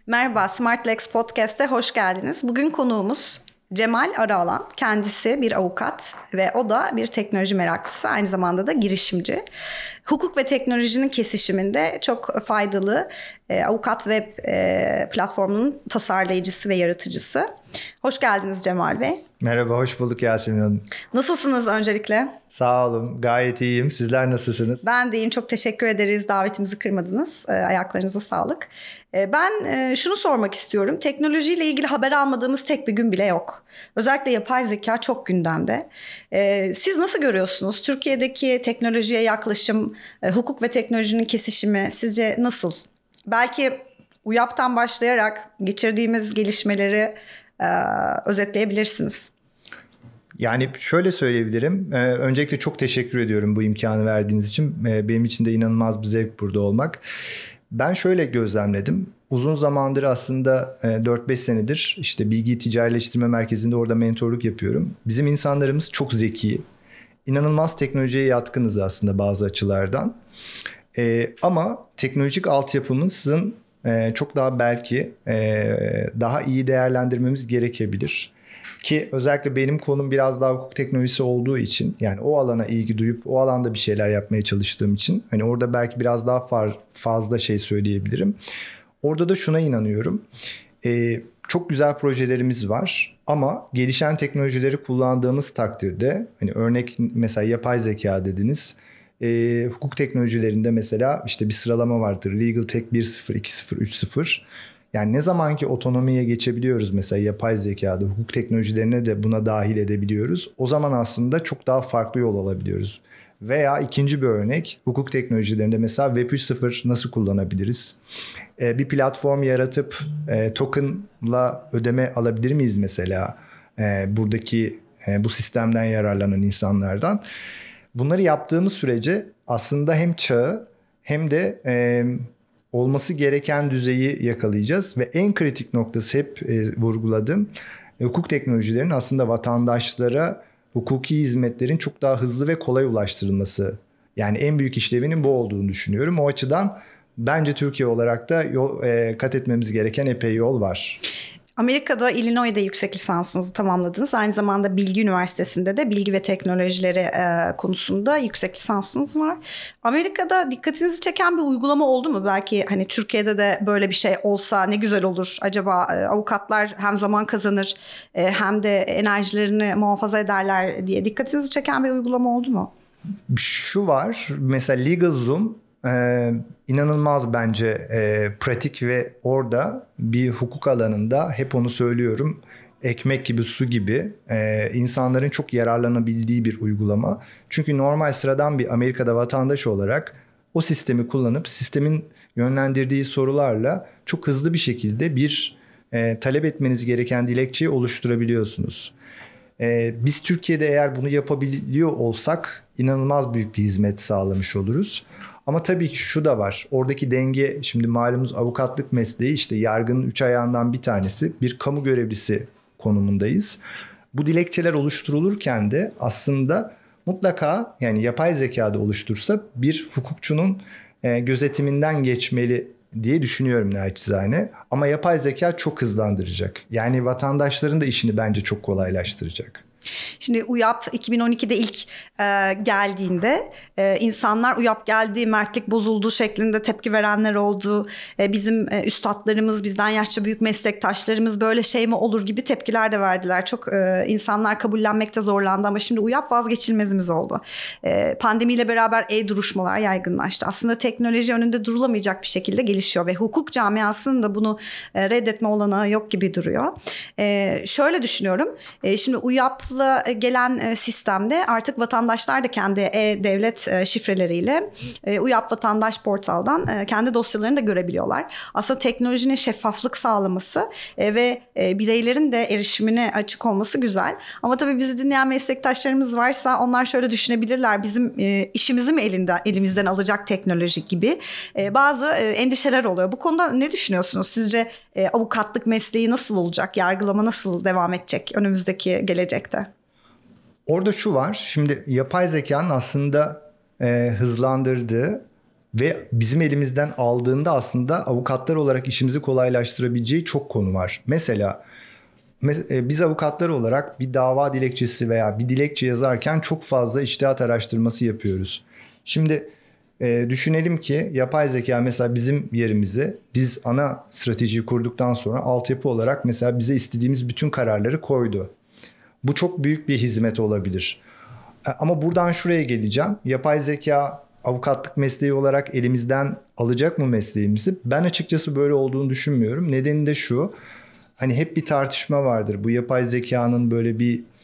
Merhaba, Smartlex Podcast'e hoş geldiniz. Bugün konuğumuz Cemal Araalan. Kendisi bir avukat ve o da bir teknoloji meraklısı, aynı zamanda da girişimci. Hukuk ve teknolojinin kesişiminde çok faydalı avukat web platformunun tasarlayıcısı ve yaratıcısı. Hoş geldiniz Cemal Bey. Merhaba, hoş bulduk Yasemin Hanım. Nasılsınız öncelikle? Sağ olun, gayet iyiyim. Sizler nasılsınız? Ben de iyiyim, çok teşekkür ederiz. Davetimizi kırmadınız. Ayaklarınıza sağlık. Ben şunu sormak istiyorum. Teknolojiyle ilgili haber almadığımız tek bir gün bile yok. Özellikle yapay zeka çok gündemde. Siz nasıl görüyorsunuz? Türkiye'deki teknolojiye yaklaşım, hukuk ve teknolojinin kesişimi sizce nasıl? Belki UYAP'tan başlayarak geçirdiğimiz gelişmeleri özetleyebilirsiniz. Yani şöyle söyleyebilirim. Öncelikle çok teşekkür ediyorum bu imkanı verdiğiniz için. Benim için de inanılmaz bir zevk burada olmak. Ben şöyle gözlemledim. Uzun zamandır aslında 4-5 senedir işte Bilgi Ticaretleştirme Merkezi'nde orada mentorluk yapıyorum. Bizim insanlarımız çok zeki. İnanılmaz teknolojiye yatkınız aslında bazı açılardan. Ama teknolojik altyapımızın çok daha belki daha iyi değerlendirmemiz gerekebilir. Ki özellikle benim konum biraz daha hukuk teknolojisi olduğu için, yani o alana ilgi duyup o alanda bir şeyler yapmaya çalıştığım için hani orada belki biraz daha fazla şey söyleyebilirim. Orada da şuna inanıyorum. Çok güzel projelerimiz var ama gelişen teknolojileri kullandığımız takdirde, hani örnek mesela yapay zeka dediniz. Hukuk teknolojilerinde mesela işte bir sıralama vardır. Legal Tech 1.0, 2.0, 3.0. Yani ne zamanki otonomiye geçebiliyoruz mesela yapay zekada, hukuk teknolojilerine de buna dahil edebiliyoruz. O zaman aslında çok daha farklı yol alabiliyoruz. Veya ikinci bir örnek, hukuk teknolojilerinde mesela Web 3.0 nasıl kullanabiliriz? Bir platform yaratıp tokenla ödeme alabilir miyiz mesela? Buradaki bu sistemden yararlanan insanlardan. Bunları yaptığımız sürece aslında hem çağı hem de olması gereken düzeyi yakalayacağız. Ve en kritik noktası hep vurguladım. Hukuk teknolojilerinin aslında vatandaşlara hukuki hizmetlerin çok daha hızlı ve kolay ulaştırılması. Yani en büyük işlevinin bu olduğunu düşünüyorum. O açıdan bence Türkiye olarak da kat etmemiz gereken epey yol var. Amerika'da Illinois'da yüksek lisansınızı tamamladınız. Aynı zamanda Bilgi Üniversitesi'nde de bilgi ve teknolojileri konusunda yüksek lisansınız var. Amerika'da dikkatinizi çeken bir uygulama oldu mu? Belki hani Türkiye'de de böyle bir şey olsa ne güzel olur. Acaba avukatlar hem zaman kazanır hem de enerjilerini muhafaza ederler diye dikkatinizi çeken bir uygulama oldu mu? Şu var, mesela LegalZoom inanılmaz bence pratik ve orada bir hukuk alanında hep onu söylüyorum, ekmek gibi su gibi insanların çok yararlanabildiği bir uygulama. Çünkü normal sıradan bir Amerika'da vatandaş olarak o sistemi kullanıp sistemin yönlendirdiği sorularla çok hızlı bir şekilde bir talep etmeniz gereken dilekçeyi oluşturabiliyorsunuz. Biz Türkiye'de eğer bunu yapabiliyor olsak inanılmaz büyük bir hizmet sağlamış oluruz. Ama tabii ki şu da var. Oradaki denge, şimdi malumunuz avukatlık mesleği işte yargının 3 ayağından bir tanesi, bir kamu görevlisi konumundayız. Bu dilekçeler oluşturulurken de aslında mutlaka, yani yapay zekada oluştursa bir hukukçunun gözetiminden geçmeli diye düşünüyorum naçizane. Ama yapay zeka çok hızlandıracak. Yani vatandaşların da işini bence çok kolaylaştıracak. Şimdi UYAP 2012'de ilk geldiğinde insanlar UYAP geldi, mertlik bozuldu şeklinde tepki verenler oldu. Bizim üstadlarımız, bizden yaşça büyük meslektaşlarımız böyle şey mi olur gibi tepkiler de verdiler. Çok insanlar kabullenmekte zorlandı ama şimdi UYAP vazgeçilmezimiz oldu. Pandemiyle beraber e-duruşmalar yaygınlaştı. Aslında teknoloji önünde durulamayacak bir şekilde gelişiyor ve hukuk camiasının da bunu reddetme olanağı yok gibi duruyor. Şöyle düşünüyorum. Şimdi UYAP'la gelen sistemde artık vatandaşlar da kendi e-devlet şifreleriyle UYAP Vatandaş Portal'dan kendi dosyalarını da görebiliyorlar. Aslında teknolojinin şeffaflık sağlaması ve bireylerin de erişimine açık olması güzel. Ama tabii bizi dinleyen meslektaşlarımız varsa onlar şöyle düşünebilirler. Bizim işimizi mi elimizden alacak teknoloji gibi bazı endişeler oluyor. Bu konuda ne düşünüyorsunuz? Sizce avukatlık mesleği nasıl olacak? Yargılama nasıl devam edecek önümüzdeki gelecekte? Orada şu var. Şimdi yapay zekanın aslında hızlandırdığı Ve bizim elimizden aldığında aslında avukatlar olarak işimizi kolaylaştırabileceği çok konu var. Mesela biz avukatlar olarak bir dava dilekçesi veya bir dilekçe yazarken çok fazla içtihat araştırması yapıyoruz. Şimdi düşünelim ki yapay zeka mesela bizim yerimize, biz ana stratejiyi kurduktan sonra altyapı olarak mesela bize istediğimiz bütün kararları koydu. Bu çok büyük bir hizmet olabilir. Ama buradan şuraya geleceğim. Yapay zeka avukatlık mesleği olarak elimizden alacak mı mesleğimizi? Ben açıkçası böyle olduğunu düşünmüyorum. Nedeni de şu. Hani hep bir tartışma vardır. Bu yapay zekanın böyle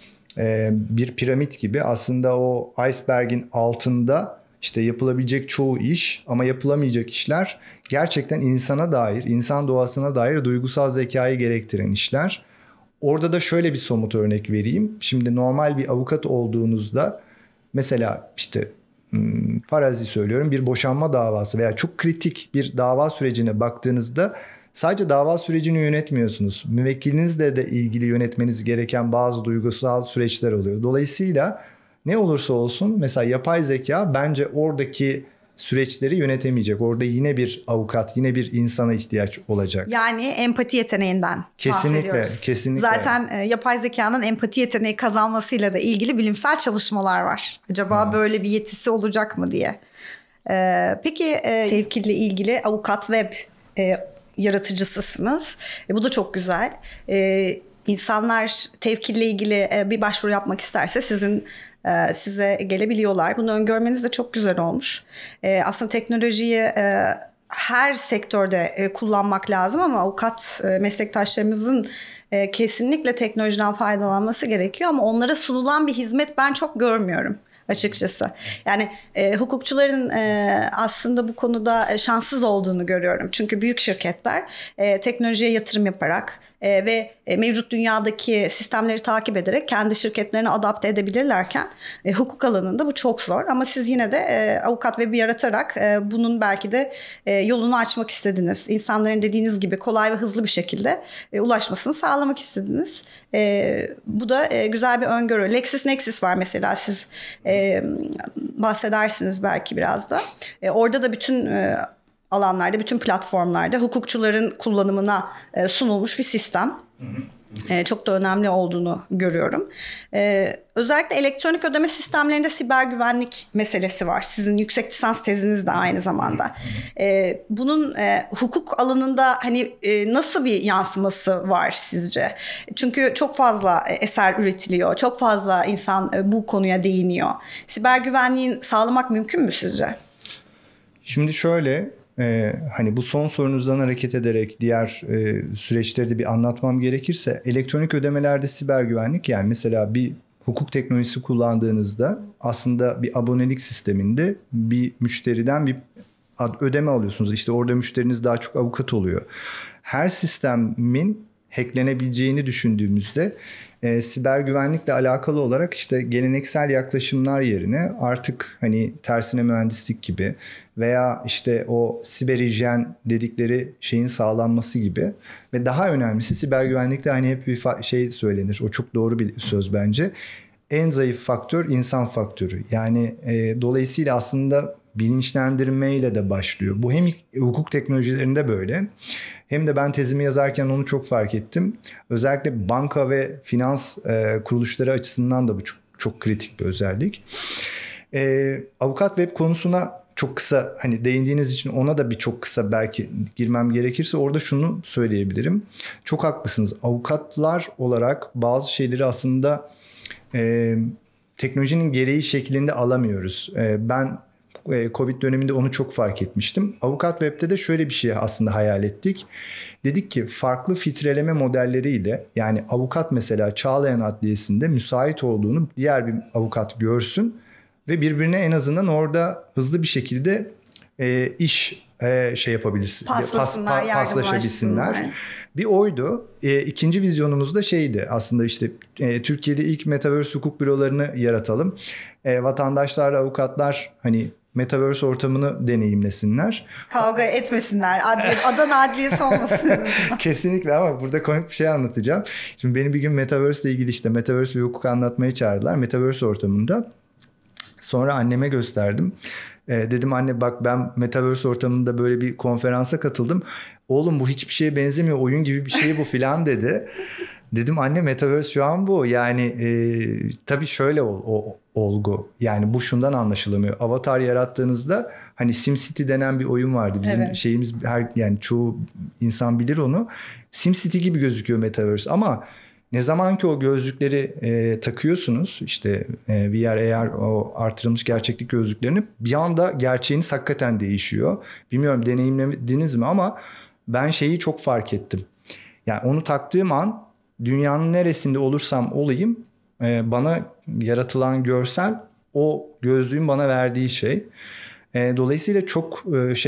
bir piramit gibi, aslında o iceberg'in altında işte yapılabilecek çoğu iş ama yapılamayacak işler gerçekten insana dair, insan doğasına dair duygusal zekayı gerektiren işler. Orada da şöyle bir somut örnek vereyim. Şimdi normal bir avukat olduğunuzda mesela işte farazi söylüyorum, bir boşanma davası veya çok kritik bir dava sürecine baktığınızda sadece dava sürecini yönetmiyorsunuz. Müvekkilinizle de ilgili yönetmeniz gereken bazı duygusal süreçler oluyor. Dolayısıyla ne olursa olsun mesela yapay zeka bence oradaki süreçleri yönetemeyecek. Orada yine bir avukat, yine bir insana ihtiyaç olacak. Yani empati yeteneğinden bahsediyoruz. Kesinlikle. Zaten yapay zekanın empati yeteneği kazanmasıyla da ilgili bilimsel çalışmalar var. Acaba böyle bir yetisi olacak mı diye. Peki tevkille ilgili avukat web yaratıcısısınız. Bu da çok güzel. İnsanlar tevkille ilgili bir başvuru yapmak isterse size gelebiliyorlar. Bunu öngörmeniz de çok güzel olmuş. Aslında teknolojiyi her sektörde kullanmak lazım ama avukat meslektaşlarımızın kesinlikle teknolojiden faydalanması gerekiyor ama onlara sunulan bir hizmet ben çok görmüyorum açıkçası. Yani hukukçuların aslında bu konuda şanssız olduğunu görüyorum. Çünkü büyük şirketler teknolojiye yatırım yaparak ve mevcut dünyadaki sistemleri takip ederek kendi şirketlerini adapte edebilirlerken hukuk alanında bu çok zor. Ama siz yine de avukat web'i yaratarak bunun belki de yolunu açmak istediniz. İnsanların dediğiniz gibi kolay ve hızlı bir şekilde ulaşmasını sağlamak istediniz. Bu da güzel bir öngörü. LexisNexis var mesela, siz bahsedersiniz belki biraz da. Orada da bütün alanlarda, bütün platformlarda hukukçuların kullanımına sunulmuş bir sistem. Çok da önemli olduğunu görüyorum. Özellikle elektronik ödeme sistemlerinde siber güvenlik meselesi var. Sizin yüksek lisans teziniz de aynı zamanda. Bunun hukuk alanında hani nasıl bir yansıması var sizce? Çünkü çok fazla eser üretiliyor. Çok fazla insan bu konuya değiniyor. Siber güvenliği sağlamak mümkün mü sizce? Şimdi şöyle, hani bu son sorunuzdan hareket ederek diğer süreçleri de bir anlatmam gerekirse, elektronik ödemelerde siber güvenlik, yani mesela bir hukuk teknolojisi kullandığınızda aslında bir abonelik sisteminde bir müşteriden bir ödeme alıyorsunuz. İşte orada müşteriniz daha çok avukat oluyor. Her sistemin hacklenebileceğini düşündüğümüzde siber güvenlikle alakalı olarak işte geleneksel yaklaşımlar yerine artık hani tersine mühendislik gibi veya işte o siber hijyen dedikleri şeyin sağlanması gibi ve daha önemlisi siber güvenlikte hani hep bir şey söylenir. O çok doğru bir söz bence. En zayıf faktör insan faktörü. Yani dolayısıyla aslında bilinçlendirmeyle de başlıyor. Bu hem hukuk teknolojilerinde böyle, hem de ben tezimi yazarken onu çok fark ettim. Özellikle banka ve finans kuruluşları açısından da bu çok kritik bir özellik. Avukat web konusuna çok kısa hani değindiğiniz için ona da bir çok kısa belki girmem gerekirse orada şunu söyleyebilirim. Çok haklısınız. Avukatlar olarak bazı şeyleri aslında teknolojinin gereği şeklinde alamıyoruz. Ben Covid döneminde onu çok fark etmiştim. Avukat Web'de de şöyle bir şey aslında hayal ettik. Dedik ki farklı filtreleme modelleriyle, yani avukat mesela Çağlayan Adliyesi'nde müsait olduğunu diğer bir avukat görsün ve birbirine en azından orada hızlı bir şekilde iş şey yapabilirsin. Paslaşabilsinler. Bir oydu. İkinci vizyonumuz da şeydi aslında, işte Türkiye'de ilk Metaverse hukuk bürolarını yaratalım. Vatandaşlarla avukatlar hani Metaverse ortamını deneyimlesinler. Kavga etmesinler. Adana Adliyesi olmasın. Kesinlikle, ama burada komik bir şey anlatacağım. Şimdi beni bir gün Metaverse ile ilgili işte Metaverse ve hukuk anlatmaya çağırdılar. Metaverse ortamında. Sonra anneme gösterdim. Dedim anne bak ben Metaverse ortamında böyle bir konferansa katıldım. Oğlum bu hiçbir şeye benzemiyor. Oyun gibi bir şey bu filan dedi. Dedim anne Metaverse şu an bu. Yani tabii şöyle o olgu. Yani bu şundan anlaşılamıyor. Avatar yarattığınızda hani SimCity denen bir oyun vardı. Bizim şeyimiz yani çoğu insan bilir onu. SimCity gibi gözüküyor Metaverse ama ne zaman ki o gözlükleri takıyorsunuz işte VR, AR o artırılmış gerçeklik gözlüklerini bir anda gerçeğiniz hakikaten değişiyor. Bilmiyorum deneyimlediniz mi ama ben şeyi çok fark ettim. Yani onu taktığım an dünyanın neresinde olursam olayım bana yaratılan görsel o gözlüğün bana verdiği şey. Dolayısıyla çok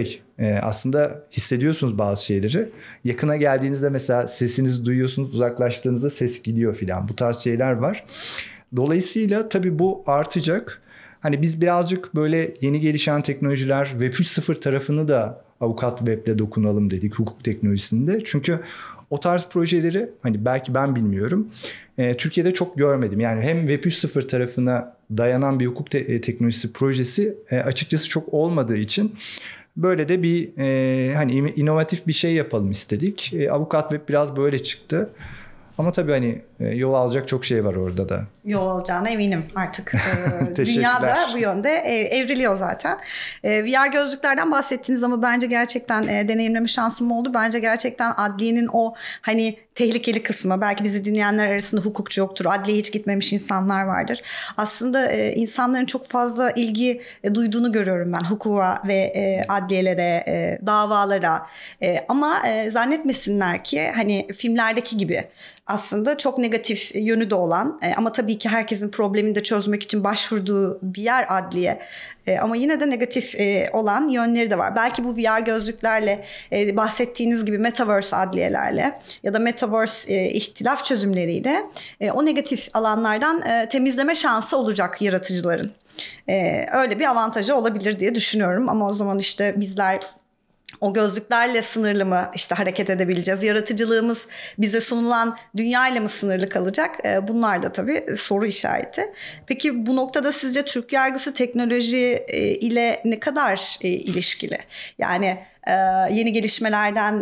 aslında hissediyorsunuz bazı şeyleri. Yakına geldiğinizde mesela sesinizi duyuyorsunuz, uzaklaştığınızda ses gidiyor filan. Bu tarz şeyler var. Dolayısıyla tabii bu artacak. Hani biz birazcık böyle yeni gelişen teknolojiler Web 3.0 tarafını da Avukat Web'le dokunalım dedik hukuk teknolojisinde. Çünkü o tarz projeleri hani belki ben bilmiyorum. Türkiye'de çok görmedim. Yani hem Web 3.0 tarafına dayanan bir hukuk teknolojisi projesi açıkçası çok olmadığı için böyle de bir hani inovatif bir şey yapalım istedik. Avukat Web biraz böyle çıktı. Ama tabii hani yol alacak çok şey var orada da. Yol alacağına eminim artık. Dünyada bu yönde evriliyor zaten. VR gözlüklerden bahsettiniz ama bence gerçekten deneyimleme şansım oldu. Bence gerçekten adliyenin o hani tehlikeli kısmı, belki bizi dinleyenler arasında hukukçu yoktur, adliyeye hiç gitmemiş insanlar vardır. Aslında insanların çok fazla ilgi duyduğunu görüyorum ben hukuka ve adliyelere, davalara. Ama zannetmesinler ki hani filmlerdeki gibi aslında çok negatif yönü de olan ama tabii ki herkesin problemini de çözmek için başvurduğu bir yer adliye. Ama yine de negatif olan yönleri de var. Belki bu VR gözlüklerle bahsettiğiniz gibi Metaverse adliyelerle ya da Metaverse ihtilaf çözümleriyle o negatif alanlardan temizleme şansı olacak yaratıcıların. Öyle bir avantajı olabilir diye düşünüyorum. Ama o zaman işte bizler o gözlüklerle sınırlı mı işte hareket edebileceğiz? Yaratıcılığımız bize sunulan dünyayla mı sınırlı kalacak? Bunlar da tabii soru işareti. Peki bu noktada sizce Türk yargısı teknoloji ile ne kadar ilişkili? Yani yeni gelişmelerden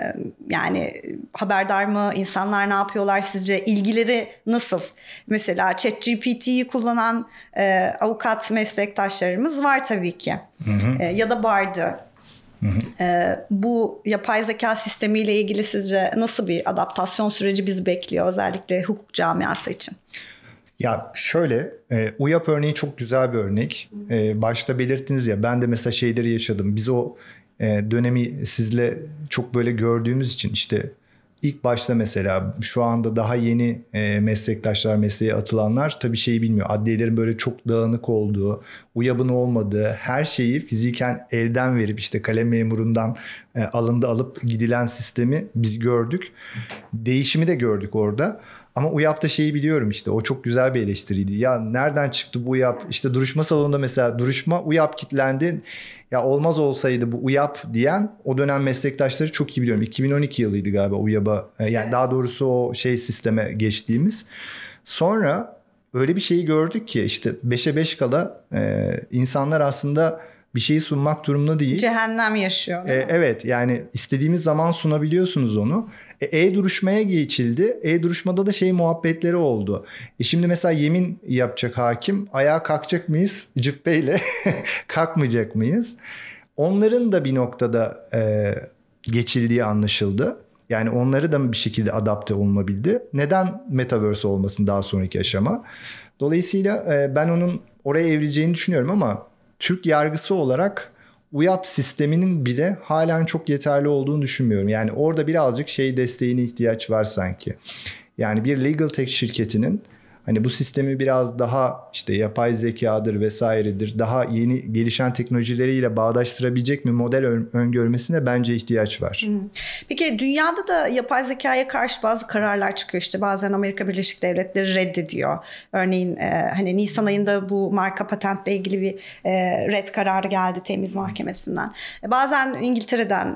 yani haberdar mı? İnsanlar ne yapıyorlar sizce? İlgileri nasıl? Mesela ChatGPT'yi kullanan avukat meslektaşlarımız var tabii ki. Hı hı. Ya da Bard'ı. Bu yapay zeka sistemiyle ilgili sizce nasıl bir adaptasyon süreci bizi bekliyor özellikle hukuk camiası için? Ya şöyle UYAP örneği çok güzel bir örnek. Başta belirttiniz ya ben de mesela şeyleri yaşadım. Biz o dönemi sizle çok böyle gördüğümüz için işte ilk başta mesela şu anda daha yeni meslektaşlar mesleğe atılanlar tabii şeyi bilmiyor. Adliyelerin böyle çok dağınık olduğu, UYAP'ın olmadığı her şeyi fiziken elden verip işte kalem memurundan alıp gidilen sistemi biz gördük. Değişimi de gördük orada. Ama UYAP'ta şeyi biliyorum işte o çok güzel bir eleştiriydi. Ya nereden çıktı bu UYAP? İşte duruşma salonunda mesela duruşma UYAP kilitlendi. Ya olmaz olsaydı bu UYAP diyen o dönem meslektaşları çok iyi biliyorum. 2012 yılıydı galiba UYAP'a yani daha doğrusu o sisteme geçtiğimiz. Sonra öyle bir şeyi gördük ki işte 5'e 5 kala insanlar aslında bir şeyi sunmak durumunda değil. Cehennem yaşıyor. Evet yani istediğimiz zaman sunabiliyorsunuz onu. E-duruşmaya geçildi. E-duruşmada da muhabbetleri oldu. Şimdi mesela yemin yapacak hakim ayağa kalkacak mıyız cübbeyle kalkmayacak mıyız? Onların da bir noktada geçildiği anlaşıldı. Yani onları da bir şekilde adapte olunabildi. Neden Metaverse olmasın daha sonraki aşama? Dolayısıyla ben onun oraya evrileceğini düşünüyorum ama Türk yargısı olarak UYAP sisteminin bile halen çok yeterli olduğunu düşünmüyorum. Yani orada birazcık desteğine ihtiyaç var sanki. Yani bir legal tech şirketinin hani bu sistemi biraz daha işte yapay zekadır vesairedir daha yeni gelişen teknolojileriyle bağdaştırabilecek mi model öngörmesine bence ihtiyaç var. Peki dünyada da yapay zekaya karşı bazı kararlar çıkıyor işte bazen Amerika Birleşik Devletleri reddediyor. Örneğin hani Nisan ayında bu marka patentle ilgili bir red kararı geldi Temiz Mahkemesi'nden. Bazen İngiltere'den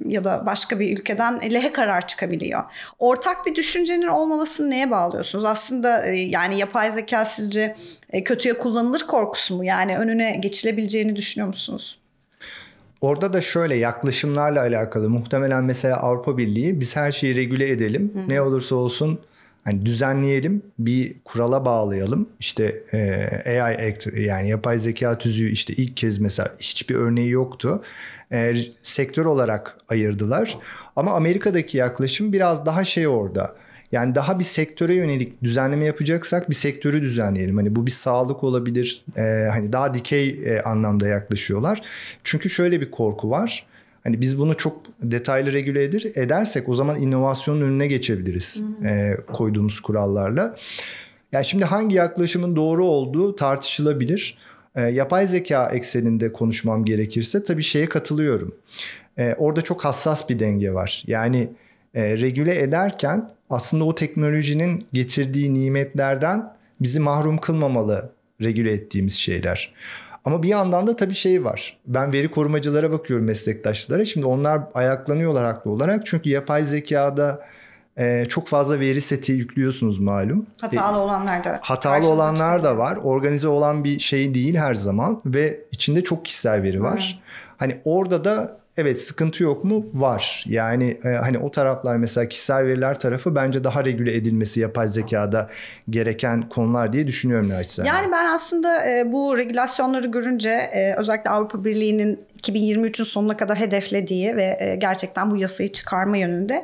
ya da başka bir ülkeden lehe karar çıkabiliyor. Ortak bir düşüncenin olmamasını neye bağlıyorsunuz? Aslında yani yapay zeka sizce kötüye kullanılır korkusu mu? Yani önüne geçilebileceğini düşünüyor musunuz? Orada da şöyle yaklaşımlarla alakalı. Muhtemelen mesela Avrupa Birliği biz her şeyi regüle edelim. Ne olursa olsun hani düzenleyelim, bir kurala bağlayalım. İşte AI Act, yani yapay zeka tüzüğü işte ilk kez mesela hiçbir örneği yoktu. Sektör olarak ayırdılar. Ama Amerika'daki yaklaşım biraz daha şey orada. Yani daha bir sektöre yönelik düzenleme yapacaksak bir sektörü düzenleyelim. Hani bu bir sağlık olabilir. Hani daha dikey anlamda yaklaşıyorlar. Çünkü şöyle bir korku var. Hani biz bunu çok detaylı regüle edersek o zaman inovasyonun önüne geçebiliriz koyduğumuz kurallarla. Yani şimdi hangi yaklaşımın doğru olduğu tartışılabilir. Yapay zeka ekseninde konuşmam gerekirse tabii şeye katılıyorum. Orada çok hassas bir denge var. Yani regüle ederken aslında o teknolojinin getirdiği nimetlerden bizi mahrum kılmamalı regüle ettiğimiz şeyler. Ama bir yandan da tabii şey var. Ben veri korumacılara bakıyorum, meslektaşlara. Şimdi onlar ayaklanıyorlar haklı olarak. Çünkü yapay zekada çok fazla veri seti yüklüyorsunuz malum. Hatalı olanlar da var. Hatalı olanlar da var. Organize olan bir şey değil her zaman. Ve içinde çok kişisel veri var. Hani orada da evet, sıkıntı yok mu? Var. Yani hani o taraflar, mesela kişisel veriler tarafı bence daha regüle edilmesi yapay zekada gereken konular diye düşünüyorum naçizane. Yani ben aslında bu regülasyonları görünce özellikle Avrupa Birliği'nin 2023'ün sonuna kadar hedeflediği ve gerçekten bu yasayı çıkarma yönünde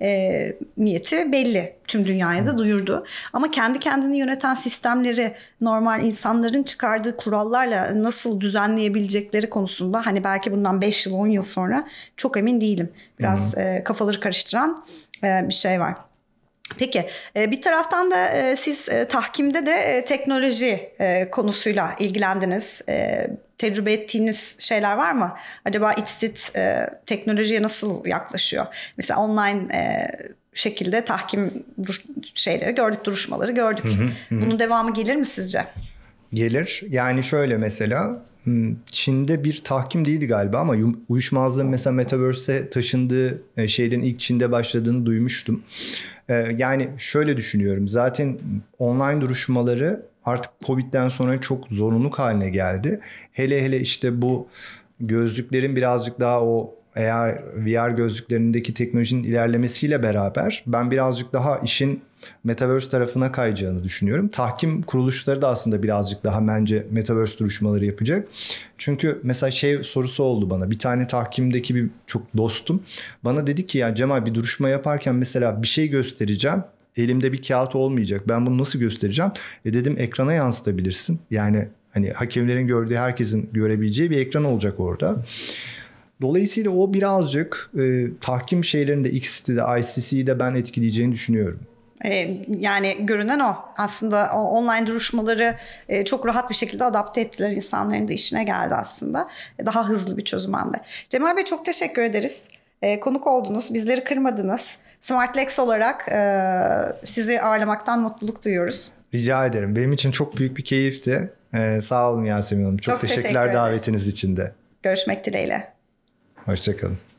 niyeti belli. Tüm dünyaya da duyurdu. Ama kendi kendini yöneten sistemleri normal insanların çıkardığı kurallarla nasıl düzenleyebilecekleri konusunda hani belki bundan 5 yıl 10 yıl sonra çok emin değilim. Biraz kafaları karıştıran bir şey var. Peki bir taraftan da siz tahkimde de teknoloji konusuyla ilgilendiniz. Tecrübe ettiğiniz şeyler var mı? Acaba İçsit teknolojiye nasıl yaklaşıyor? Mesela online şekilde tahkim şeyleri gördük, duruşmaları gördük. Bunun devamı gelir mi sizce? Gelir. Yani şöyle mesela Çin'de bir tahkim değildi galiba ama uyuşmazlığın mesela Metaverse'e taşındığı şeylerin ilk Çin'de başladığını duymuştum. Yani şöyle düşünüyorum. Zaten online duruşmaları artık Covid'den sonra çok zorunluluk haline geldi. Hele hele işte bu gözlüklerin birazcık daha o eğer VR gözlüklerindeki teknolojinin ilerlemesiyle beraber ben birazcık daha işin Metaverse tarafına kayacağını düşünüyorum. Tahkim kuruluşları da aslında birazcık daha bence Metaverse duruşmaları yapacak. Çünkü mesela şey sorusu oldu bana. Bir tane tahkimdeki bir çok dostum bana dedi ki ya Cemal, bir duruşma yaparken mesela bir şey göstereceğim. Elimde bir kağıt olmayacak. Ben bunu nasıl göstereceğim? Dedim ekrana yansıtabilirsin. Yani hani hakemlerin gördüğü, herkesin görebileceği bir ekran olacak orada. Dolayısıyla o birazcık tahkim şeylerinde X-City'de, ICC'de ben etkileyeceğini düşünüyorum. Yani görünen o. Aslında o online duruşmaları çok rahat bir şekilde adapte ettiler. İnsanların da işine geldi aslında. Daha hızlı bir çözüm hem de. Cemal Bey, çok teşekkür ederiz. Konuk oldunuz, bizleri kırmadınız. SmartLex olarak sizi ağırlamaktan mutluluk duyuyoruz. Rica ederim. Benim için çok büyük bir keyifti. Sağ olun Yasemin Hanım. Çok teşekkürler davetiniz için de. Görüşmek dileğiyle. Hoşçakalın.